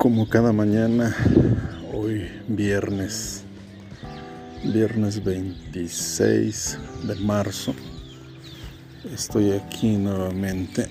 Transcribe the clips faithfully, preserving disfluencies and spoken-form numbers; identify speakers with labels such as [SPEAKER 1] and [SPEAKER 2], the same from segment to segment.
[SPEAKER 1] Como cada mañana, hoy viernes, viernes veintiséis de marzo, estoy aquí nuevamente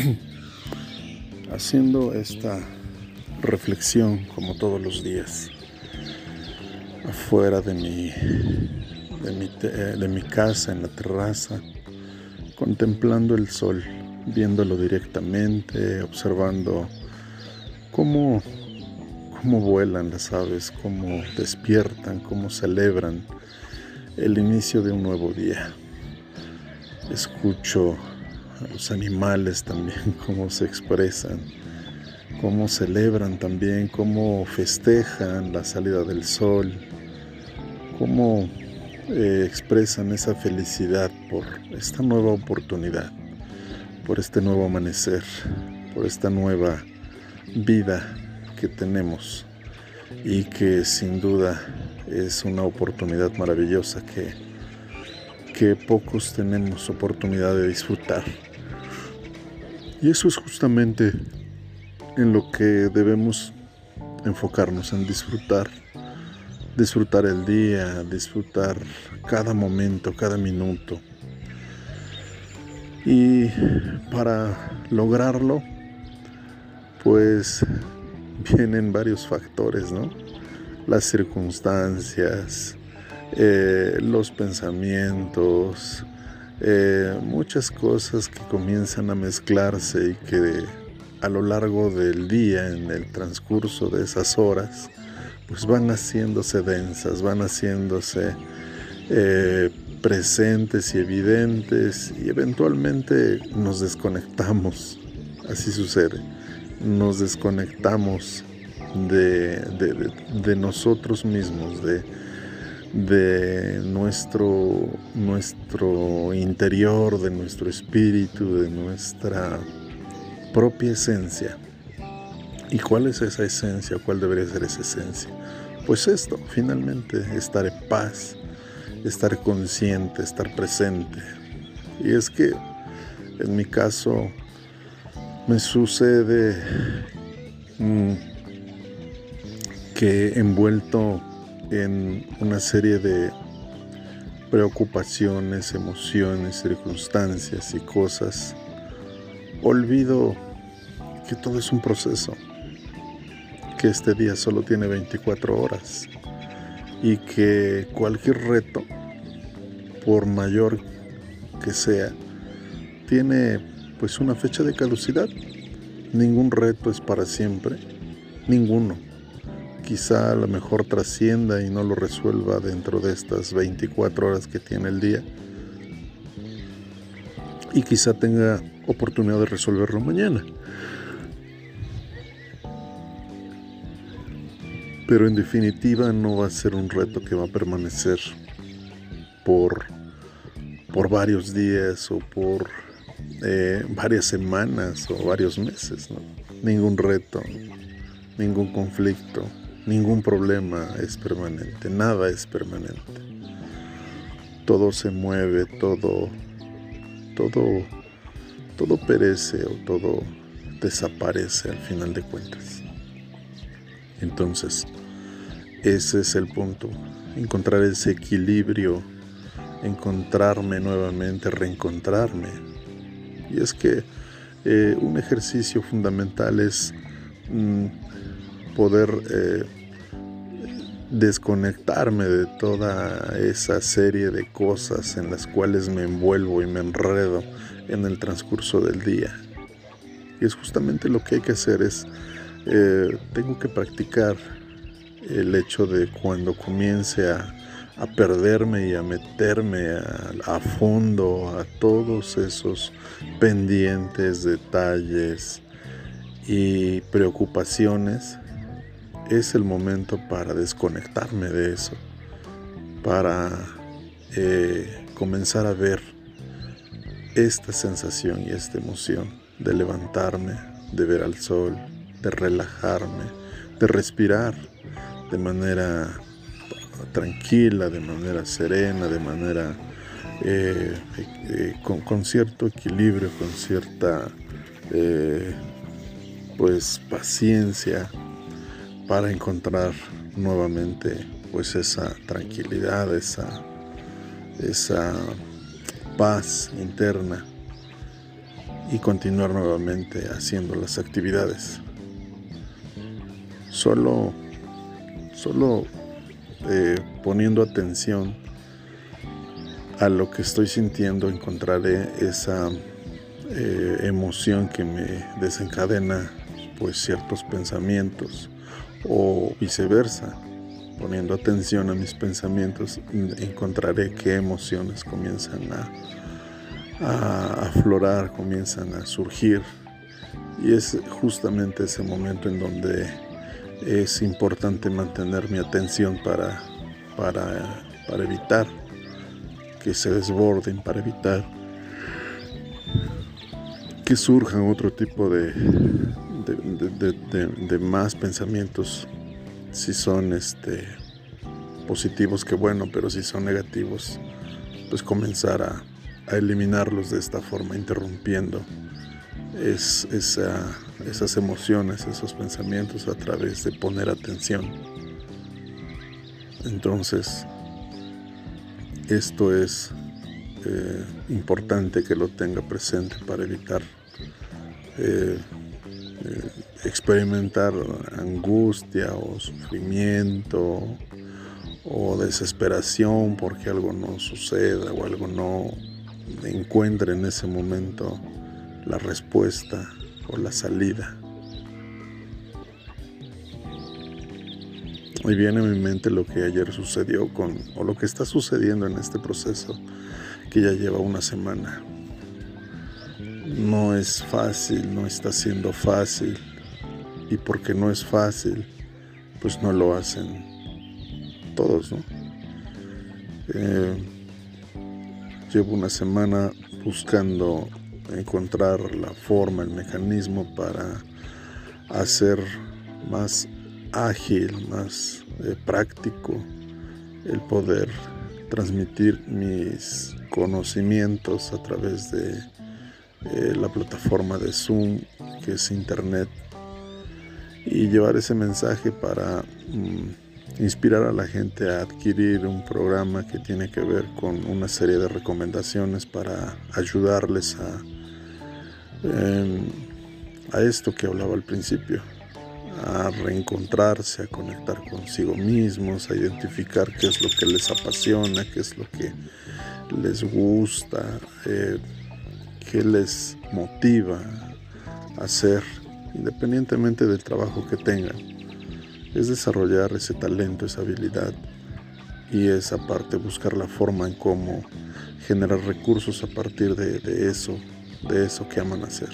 [SPEAKER 1] haciendo esta reflexión como todos los días, afuera de mi, de mi, de mi casa, en la terraza, contemplando el sol, viéndolo directamente, observando cómo, cómo vuelan las aves, cómo despiertan, cómo celebran el inicio de un nuevo día. Escucho a los animales también, cómo se expresan, cómo celebran también, cómo festejan la salida del sol, cómo eh, expresan esa felicidad por esta nueva oportunidad, por este nuevo amanecer, por esta nueva vida que tenemos y que sin duda es una oportunidad maravillosa que, que pocos tenemos oportunidad de disfrutar. Y eso es justamente en lo que debemos enfocarnos, en disfrutar, disfrutar el día, disfrutar cada momento, cada minuto. Y para lograrlo, pues vienen varios factores, ¿no? Las circunstancias, eh, los pensamientos, eh, muchas cosas que comienzan a mezclarse y que a lo largo del día, en el transcurso de esas horas, pues van haciéndose densas, van haciéndose eh, presentes y evidentes, y eventualmente nos desconectamos. Así sucede. Nos desconectamos de, de, de, de nosotros mismos, de, de nuestro, nuestro interior, de nuestro espíritu, de nuestra propia esencia. ¿Y cuál es esa esencia? ¿Cuál debería ser esa esencia? Pues esto, finalmente, estar en paz, estar consciente, estar presente. Y es que, en mi caso, me sucede mmm, que envuelto en una serie de preocupaciones, emociones, circunstancias y cosas, olvido que todo es un proceso, que este día solo tiene veinticuatro horas y que cualquier reto, por mayor que sea, tiene pues una fecha de caducidad. Ningún reto es para siempre, ninguno. Quizá a lo mejor trascienda y no lo resuelva dentro de estas veinticuatro horas que tiene el día, y quizá tenga oportunidad de resolverlo mañana. Pero en definitiva no va a ser un reto que va a permanecer por, por varios días o por Eh, varias semanas o varios meses, ¿no? Ningún reto, ningún conflicto, ningún problema es permanente, nada es permanente. Todo se mueve, todo, todo, todo perece o todo desaparece al final de cuentas. Entonces, ese es el punto, encontrar ese equilibrio, encontrarme nuevamente, reencontrarme. Y es que eh, un ejercicio fundamental es mm, poder eh, desconectarme de toda esa serie de cosas en las cuales me envuelvo y me enredo en el transcurso del día. Y es justamente lo que hay que hacer, es eh, tengo que practicar el hecho de cuando comience a a perderme y a meterme a, a fondo a todos esos pendientes, detalles y preocupaciones, es el momento para desconectarme de eso, para eh, comenzar a ver esta sensación y esta emoción de levantarme, de ver al sol, de relajarme, de respirar de manera tranquila, de manera serena, de manera eh, eh, con, con cierto equilibrio, con cierta eh, pues paciencia, para encontrar nuevamente pues esa tranquilidad, esa, esa paz interna y continuar nuevamente haciendo las actividades. Solo, solo eh, poniendo atención a lo que estoy sintiendo encontraré esa eh, emoción que me desencadena pues ciertos pensamientos, o viceversa. Poniendo atención a mis pensamientos encontraré qué emociones comienzan a, a aflorar, comienzan a surgir, y es justamente ese momento en donde es importante mantener mi atención para, para, para evitar que se desborden, para evitar que surjan otro tipo de, de, de, de, de más pensamientos. Si son este, positivos, qué bueno, pero si son negativos, pues comenzar a, a eliminarlos de esta forma, interrumpiendo es, esa, esas emociones, esos pensamientos a través de poner atención. Entonces, esto es eh, importante que lo tenga presente para evitar eh, eh, experimentar angustia o sufrimiento o desesperación porque algo no suceda o algo no encuentre en ese momento la respuesta o la salida. Hoy viene a mi mente lo que ayer sucedió con, o lo que está sucediendo en este proceso que ya lleva una semana. No es fácil, no está siendo fácil, y porque no es fácil, pues no lo hacen todos, ¿no? Eh, llevo una semana buscando encontrar la forma, el mecanismo para hacer más ágil, más eh, práctico el poder transmitir mis conocimientos a través de eh, la plataforma de Zoom, que es internet, y llevar ese mensaje para mm, inspirar a la gente a adquirir un programa que tiene que ver con una serie de recomendaciones para ayudarles a, eh, a esto que hablaba al principio, a reencontrarse, a conectar consigo mismos, a identificar qué es lo que les apasiona, qué es lo que les gusta, eh, qué les motiva a hacer, independientemente del trabajo que tengan. Es desarrollar ese talento, esa habilidad, y esa parte, buscar la forma en cómo generar recursos a partir de, de eso, de eso que aman hacer.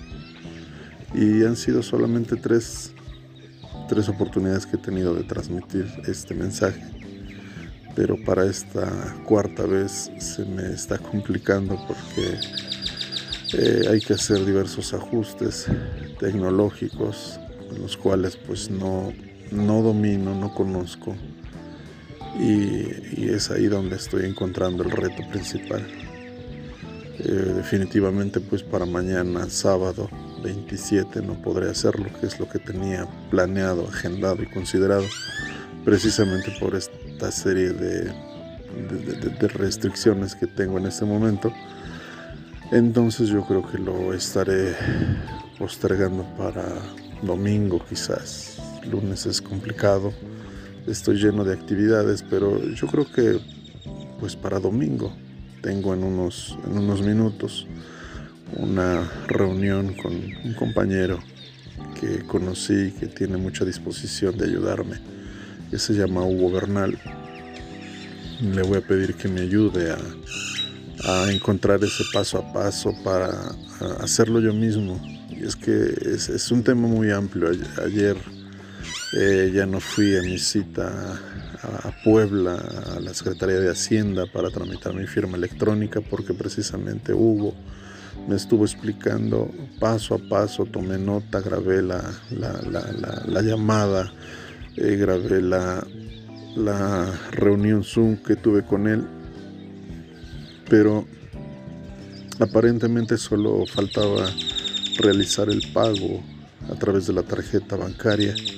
[SPEAKER 1] Y han sido solamente tres tres oportunidades que he tenido de transmitir este mensaje, pero para esta cuarta vez se me está complicando porque eh, hay que hacer diversos ajustes tecnológicos en los cuales pues no, no domino, no conozco, y, y es ahí donde estoy encontrando el reto principal. Eh, definitivamente pues para mañana sábado veintisiete no podré hacerlo, que es lo que tenía planeado, agendado y considerado, precisamente por esta serie de, de, de, de restricciones que tengo en este momento. Entonces yo creo que lo estaré postergando para domingo, quizás. Lunes es complicado, estoy lleno de actividades, pero yo creo que pues para domingo tengo en unos, en unos minutos una reunión con un compañero que conocí, que tiene mucha disposición de ayudarme, que se llama Hugo Bernal. Le voy a pedir que me ayude a, a encontrar ese paso a paso para a hacerlo yo mismo. Y es que es, es un tema muy amplio. Ayer eh, ya no fui a mi cita a Puebla, a la Secretaría de Hacienda, para tramitar mi firma electrónica, porque precisamente Hugo me estuvo explicando paso a paso. Tomé nota, grabé la, la, la, la, la llamada, eh, grabé la, la reunión Zoom que tuve con él, pero aparentemente solo faltaba realizar el pago a través de la tarjeta bancaria,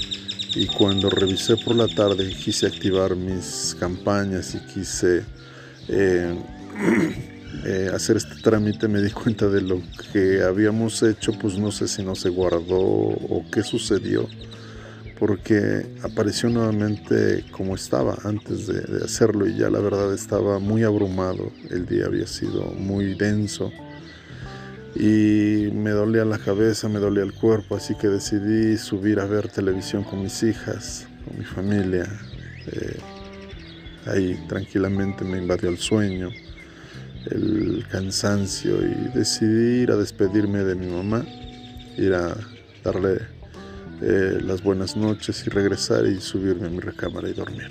[SPEAKER 1] Y cuando revisé por la tarde y quise activar mis campañas y quise eh, eh, hacer este trámite, me di cuenta de lo que habíamos hecho, pues no sé si no se guardó o qué sucedió, porque apareció nuevamente como estaba antes de, de hacerlo, y ya la verdad estaba muy abrumado, el día había sido muy denso y me dolía la cabeza, me dolía el cuerpo, así que decidí subir a ver televisión con mis hijas, con mi familia. Eh, ahí tranquilamente me invadió el sueño, el cansancio, y decidí ir a despedirme de mi mamá, ir a darle eh, las buenas noches y regresar y subirme a mi recámara y dormir.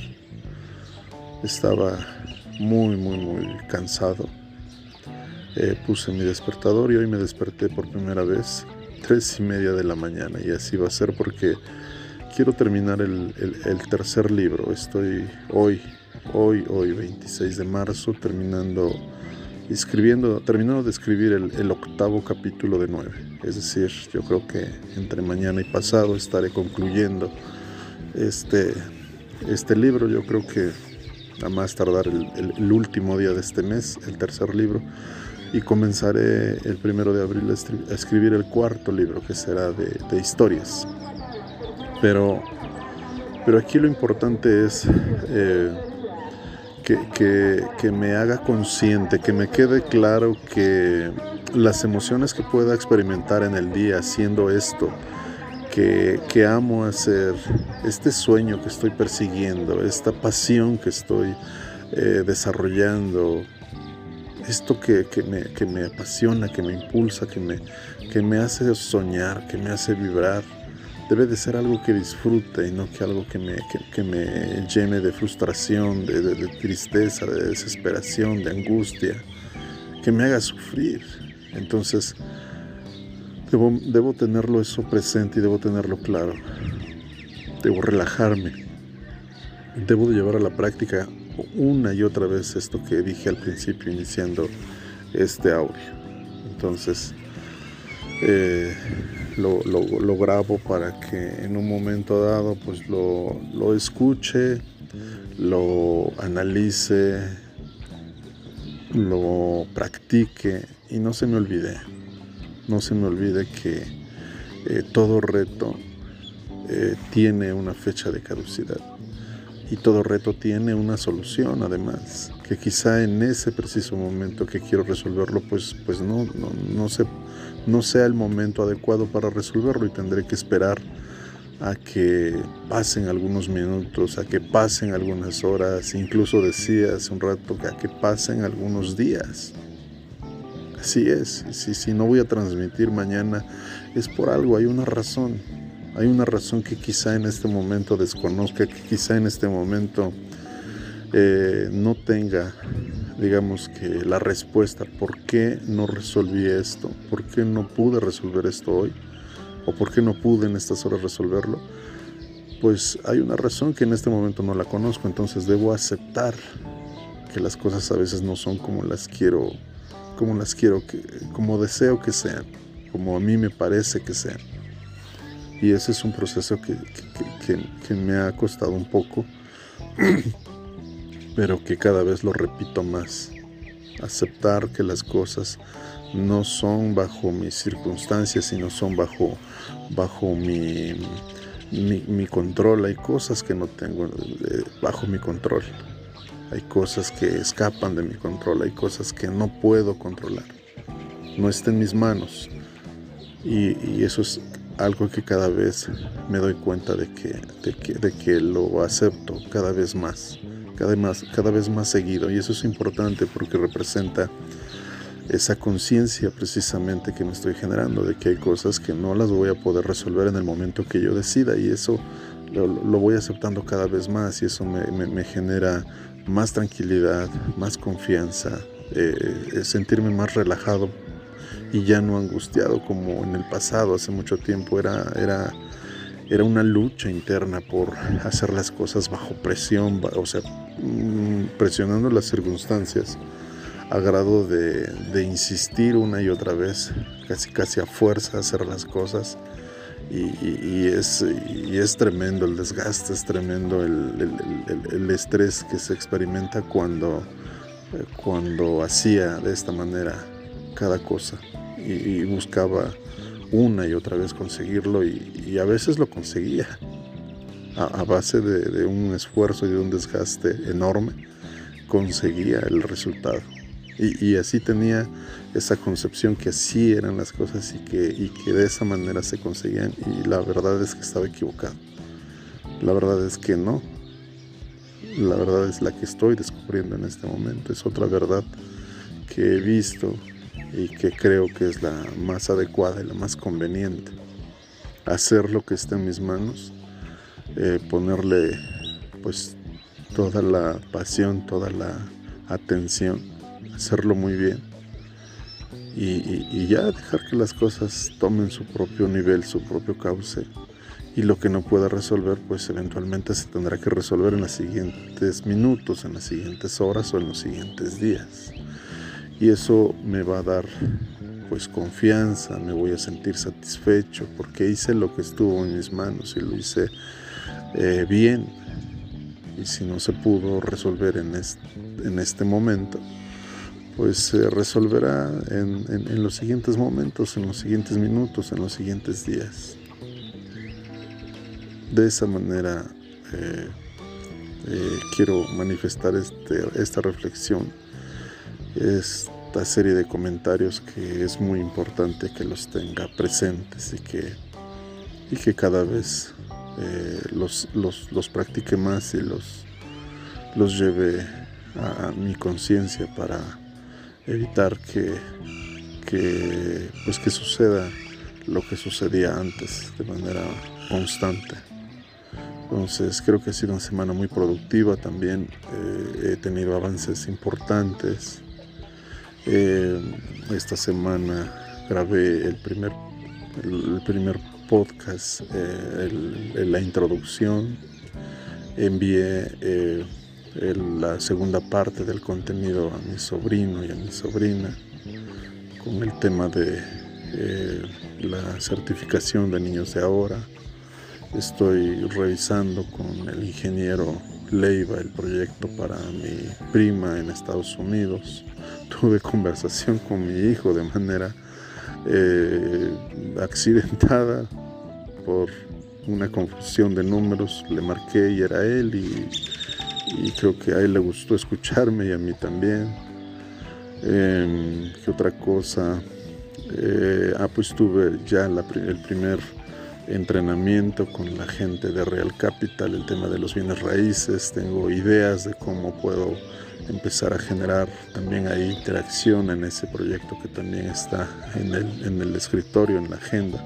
[SPEAKER 1] Estaba muy, muy, muy cansado. Eh, puse mi despertador y hoy me desperté por primera vez tres y media de la mañana, y así va a ser porque quiero terminar el, el, el tercer libro. Estoy hoy, hoy, hoy, veintiséis de marzo, terminando, escribiendo, terminando de escribir el, el octavo capítulo de nueve. Es decir, yo creo que entre mañana y pasado estaré concluyendo este, este libro. Yo creo que a más tardar el, el, el último día de este mes, el tercer libro, y comenzaré el primero de abril a escribir el cuarto libro, que será de, de historias. Pero, pero aquí lo importante es eh, que, que, que me haga consciente, que me quede claro que las emociones que pueda experimentar en el día haciendo esto, que, que amo hacer, este sueño que estoy persiguiendo, esta pasión que estoy eh, desarrollando, esto que, que, me, que me apasiona, que me impulsa, que me, que me hace soñar, que me hace vibrar, debe de ser algo que disfrute y no que algo que me, que, que me llene de frustración, de, de, de tristeza, de desesperación, de angustia, que me haga sufrir. Entonces, debo, debo tenerlo eso presente y debo tenerlo claro. Debo relajarme. Debo de llevar a la práctica una y otra vez esto que dije al principio iniciando este audio. Entonces eh, lo, lo, lo grabo para que en un momento dado pues lo, lo escuche, lo analice, lo practique y no se me olvide, no se me olvide que eh, todo reto eh, tiene una fecha de caducidad. Y todo reto tiene una solución, además, que quizá en ese preciso momento que quiero resolverlo, pues, pues no, no, no, se, no sea el momento adecuado para resolverlo, y tendré que esperar a que pasen algunos minutos, a que pasen algunas horas, incluso decía hace un rato que a que pasen algunos días. Así es, si, si no voy a transmitir mañana es por algo, hay una razón. Hay una razón que quizá en este momento desconozca, que quizá en este momento eh, no tenga, digamos que la respuesta. ¿Por qué no resolví esto? ¿Por qué no pude resolver esto hoy? ¿O por qué no pude en estas horas resolverlo? Pues hay una razón que en este momento no la conozco, entonces debo aceptar que las cosas a veces no son como las quiero, como las quiero, que, como deseo que sean, como a mí me parece que sean. Y ese es un proceso que, que, que, que me ha costado un poco, pero que cada vez lo repito más. Aceptar que las cosas no son bajo mis circunstancias, sino son bajo, bajo mi, mi, mi control. Hay cosas que no tengo eh, bajo mi control. Hay cosas que escapan de mi control. Hay cosas que no puedo controlar. No está en mis manos. Y, y eso es algo que cada vez me doy cuenta de que, de que, de que lo acepto cada vez más, cada, más, cada vez más seguido. Y eso es importante porque representa esa conciencia precisamente que me estoy generando, de que hay cosas que no las voy a poder resolver en el momento que yo decida, y eso lo, lo voy aceptando cada vez más, y eso me, me, me genera más tranquilidad, más confianza, eh, sentirme más relajado y ya no angustiado como en el pasado. Hace mucho tiempo era, era, era una lucha interna por hacer las cosas bajo presión, o sea, presionando las circunstancias a grado de, de insistir una y otra vez, casi casi a fuerza, hacer las cosas. y, y, y, es, y es tremendo el desgaste, es tremendo el, el, el, el estrés que se experimenta cuando, cuando hacía de esta manera cada cosa y, y buscaba una y otra vez conseguirlo y, y a veces lo conseguía a, a base de, de un esfuerzo y de un desgaste enorme, conseguía el resultado y, y así tenía esa concepción que así eran las cosas y que, y que de esa manera se conseguían, y la verdad es que estaba equivocado, la verdad es que no, la verdad es la que estoy descubriendo en este momento, es otra verdad que he visto y que creo que es la más adecuada y la más conveniente. Hacer lo que esté en mis manos, eh, ponerle pues toda la pasión, toda la atención, hacerlo muy bien y, y, y ya dejar que las cosas tomen su propio nivel, su propio cauce, y lo que no pueda resolver pues eventualmente se tendrá que resolver en los siguientes minutos, en las siguientes horas o en los siguientes días. Y eso me va a dar pues confianza, me voy a sentir satisfecho porque hice lo que estuvo en mis manos y lo hice eh, bien. Y si no se pudo resolver en este, en este momento, pues se resolverá en, en, en los siguientes momentos, en los siguientes minutos, en los siguientes días. De esa manera eh, eh, quiero manifestar este, esta reflexión, esta serie de comentarios que es muy importante que los tenga presentes y que, y que cada vez eh, los, los, los practique más y los, los lleve a, a mi conciencia para evitar que, que, pues que suceda lo que sucedía antes de manera constante. Entonces creo que ha sido una semana muy productiva también, eh, he tenido avances importantes. Eh, esta semana grabé el primer, el, el primer podcast, eh, el, el, la introducción, envié eh, el, la segunda parte del contenido a mi sobrino y a mi sobrina con el tema de eh, la certificación de niños de ahora. Estoy revisando con el ingeniero Leiva el proyecto para mi prima en Estados Unidos. Tuve conversación con mi hijo de manera eh, accidentada por una confusión de números. Le marqué y era él y, y creo que a él le gustó escucharme y a mí también. Eh, ¿Qué otra cosa? Eh, ah, pues tuve ya la, el primer entrenamiento con la gente de Real Capital, el tema de los bienes raíces. Tengo ideas de cómo puedo empezar a generar también ahí interacción en ese proyecto que también está en el, en el escritorio, en la agenda.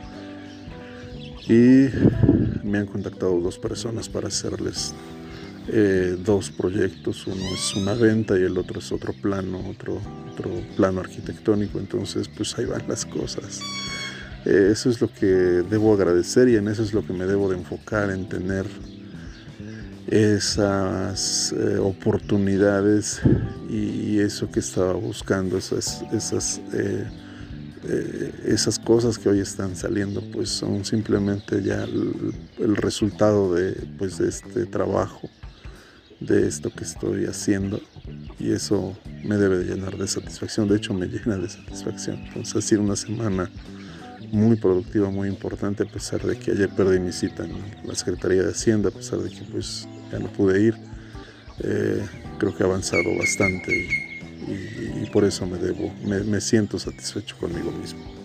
[SPEAKER 1] Y me han contactado dos personas para hacerles eh, dos proyectos. Uno es una venta y el otro es otro plano, otro, otro plano arquitectónico. Entonces pues ahí van las cosas. Eh, eso es lo que debo agradecer y en eso es lo que me debo de enfocar, en tener esas eh, oportunidades y eso que estaba buscando, esas, esas, eh, eh, esas cosas que hoy están saliendo, pues son simplemente ya el, el resultado de, pues, de este trabajo, de esto que estoy haciendo, y eso me debe de llenar de satisfacción. De hecho me llena de satisfacción. Entonces ha sido una semana muy productiva, muy importante, a pesar de que ayer perdí mi cita en la Secretaría de Hacienda, a pesar de que pues ya no pude ir. Eh, creo que he avanzado bastante y, y, y por eso me debo, me, me siento satisfecho conmigo mismo.